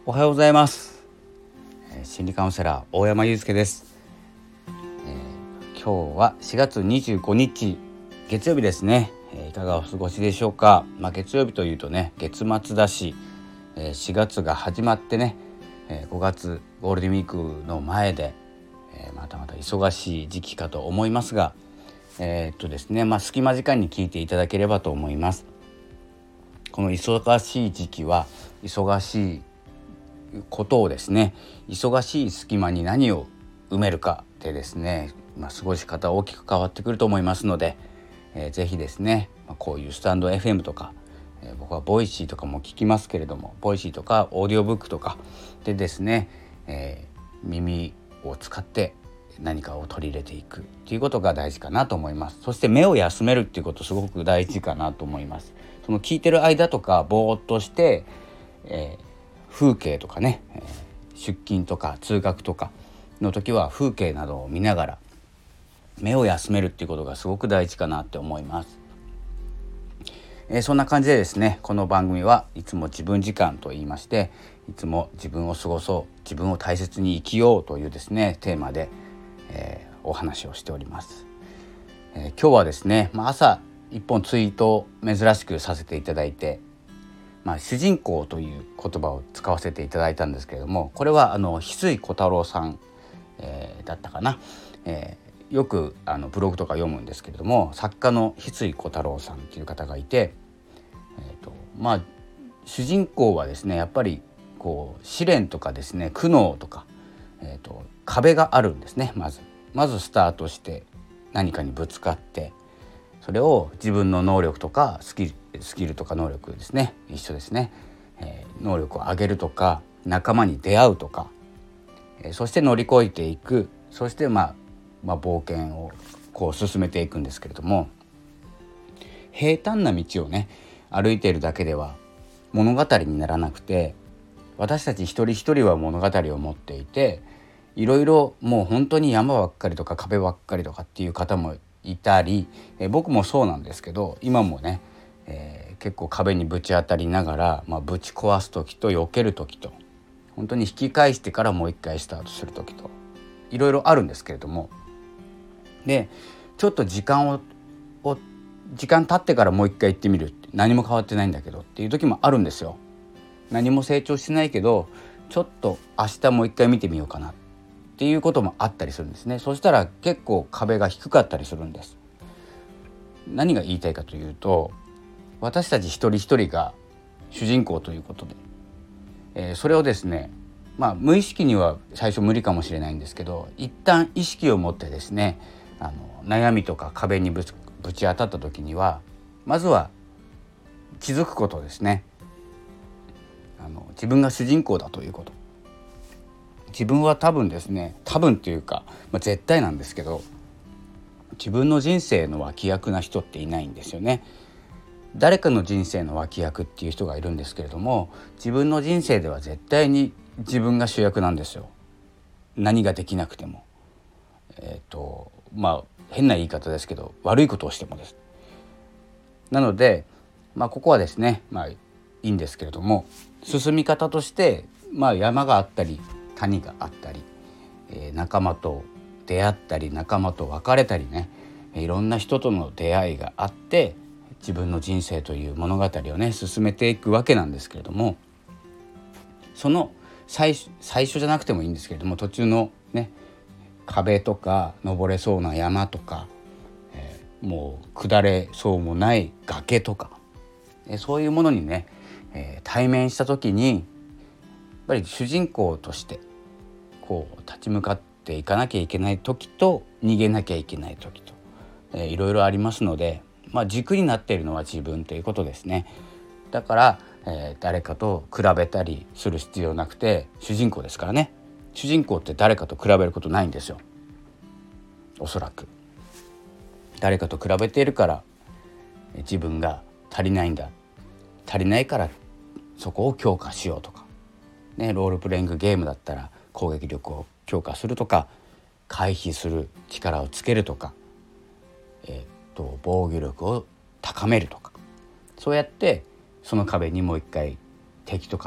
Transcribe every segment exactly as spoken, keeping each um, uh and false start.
おはようございます。心理カウンセラー大山祐介です。えー、今日はしがつにじゅうごにち月曜日ですね。えー、いかがお過ごしでしょうか。まあ、月曜日というとね、月末だし、えー、しがつが始まってね、えー、ごがつゴールデンウィークの前で、えー、またまた忙しい時期かと思いますが、えー、っとですね、まあ、隙間時間に聞いていただければと思います。この忙しい時期は忙しいことをですね、忙しい隙間に何を埋めるかでですね、まあ、過ごし方大きく変わってくると思いますので、えー、ぜひですね、まあ、こういうスタンド エフエム とか、えー、僕はボイシーとかも聞きますけれども、ボイシーとかオーディオブックとかでですね、えー、耳を使って何かを取り入れていくということが大事かなと思います。そして目を休めるっていうことすごく大事かなと思います。その聞いてる間とかぼーっとして、えー風景とかね、えー、出勤とか通学とかの時は風景などを見ながら目を休めるっていうことがすごく大事かなって思います。えー、そんな感じでですね、この番組はいつも自分時間と言いまして、いつも自分を過ごそう、自分を大切に生きようというですねテーマで、えー、お話をしております。えー、今日はですね、まあ、朝一本ツイートを珍しくさせていただいて、まあ、主人公という言葉を使わせていただいたんですけれども、これはあの翡翠小太郎さん、えー、だったかな、えー、よくあのブログとか読むんですけれども、作家の翡翠小太郎さんという方がいて、えーとまあ、主人公はですね、やっぱりこう試練とかですね、苦悩とか、えーと壁があるんですね。まずまずスタートして何かにぶつかって、それを自分の能力とかスキル、スキルとか能力ですね、一緒ですね、えー、能力を上げるとか仲間に出会うとか、えー、そして乗り越えていく、そして、まあ、まあ冒険をこう進めていくんですけれども、平坦な道をね歩いているだけでは物語にならなくて、私たち一人一人は物語を持っていて、いろいろもう本当に山ばっかりとか壁ばっかりとかっていう方もいたり、え僕もそうなんですけど、今もね、えー、結構壁にぶち当たりながら、まあ、ぶち壊す時と避ける時と、本当に引き返してからもう一回スタートする時と、いろいろあるんですけれども、でちょっと時間をを時間経ってからもう一回行ってみるって、何も変わってないんだけどっていう時もあるんですよ。何も成長してないけど、ちょっと明日もう一回見てみようかなっていうこともあったりするんですね。そしたら結構壁が低かったりするんです。何が言いたいかというと、私たち一人一人が主人公ということで、えー、それをですね、まあ無意識には最初無理かもしれないんですけど、一旦意識を持ってですね、あの悩みとか壁にぶち、ぶち当たった時には、まずは気づくことですね。あの自分が主人公だということ。自分は多分ですね、多分っていうか、まあ、絶対なんですけど、自分の人生の脇役な人っていないんですよね。誰かの人生の脇役っていう人がいるんですけれども、自分の人生では絶対に自分が主役なんですよ。何ができなくても、えっとまあ変な言い方ですけど、悪いことをしてもです。なので、まあ、ここはですね、まあいいんですけれども、進み方として、まあ、山があったり谷があったり、えー、仲間と出会ったり仲間と別れたりね、いろんな人との出会いがあって、自分の人生という物語をね進めていくわけなんですけれども、その最初、最初じゃなくてもいいんですけれども、途中のね壁とか登れそうな山とか、えー、もう下れそうもない崖とか、えー、そういうものにね、えー、対面した時に、やっぱり主人公としてこう立ち向かっていかなきゃいけない時と逃げなきゃいけない時と、えー、いろいろありますので、まあ、軸になっているのは自分ということですね。だから、えー、誰かと比べたりする必要なくて、主人公ですからね。主人公って誰かと比べることないんですよ。おそらく誰かと比べているから自分が足りないんだ、足りないからそこを強化しようとか、ね、ロールプレイングゲームだったら攻撃力を強化するとか、回避する力をつけるとか、えー、と防御力を高めるとか、そうやってその壁にもう一回敵とかね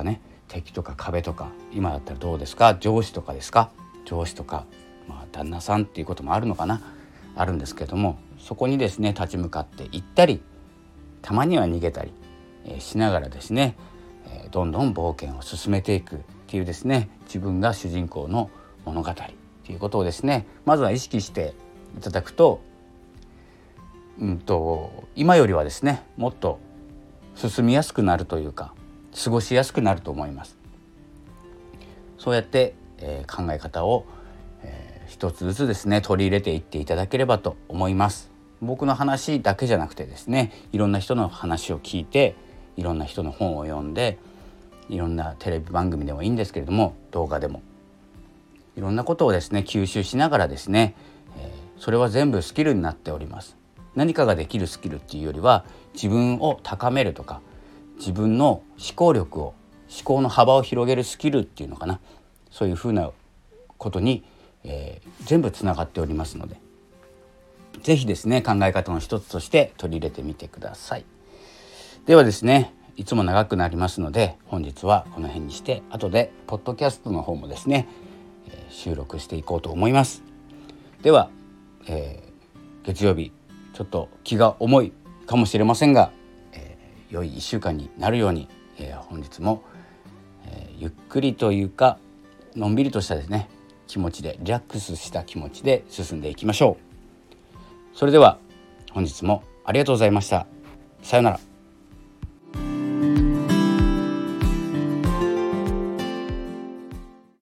敵とか壁とか、今だったらどうですか、上司とかですか、上司とか、まあ、旦那さんっていうこともあるのかな、あるんですけども、そこにですね立ち向かっていったり、たまには逃げたり、えー、しながらですね、えー、どんどん冒険を進めていくっていうですね、自分が主人公の物語っていうことをですね、まずは意識していただくと、うんと今よりはですねもっと進みやすくなるというか、過ごしやすくなると思います。そうやって、えー、考え方を、えー、一つずつですね取り入れていっていただければと思います。僕の話だけじゃなくてですね、いろんな人の話を聞いて、いろんな人の本を読んで、いろんなテレビ番組でもいいんですけれども、動画でもいろんなことをですね吸収しながらですね、えー、それは全部スキルになっております。何かができるスキルっていうよりは、自分を高めるとか、自分の思考力を思考の幅を広げるスキルっていうのかな、そういうふうなことに、えー、全部つながっておりますので、ぜひですね考え方の一つとして取り入れてみてください。ではですね、いつも長くなりますので、本日はこの辺にして、後でポッドキャストの方もですね、えー、収録していこうと思います。では、えー、月曜日ちょっと気が重いかもしれませんが、えー、良いいっしゅうかんになるように、えー、本日も、えー、ゆっくりというかのんびりとしたですね気持ちで、リラックスした気持ちで進んでいきましょう。それでは本日もありがとうございました。さようなら。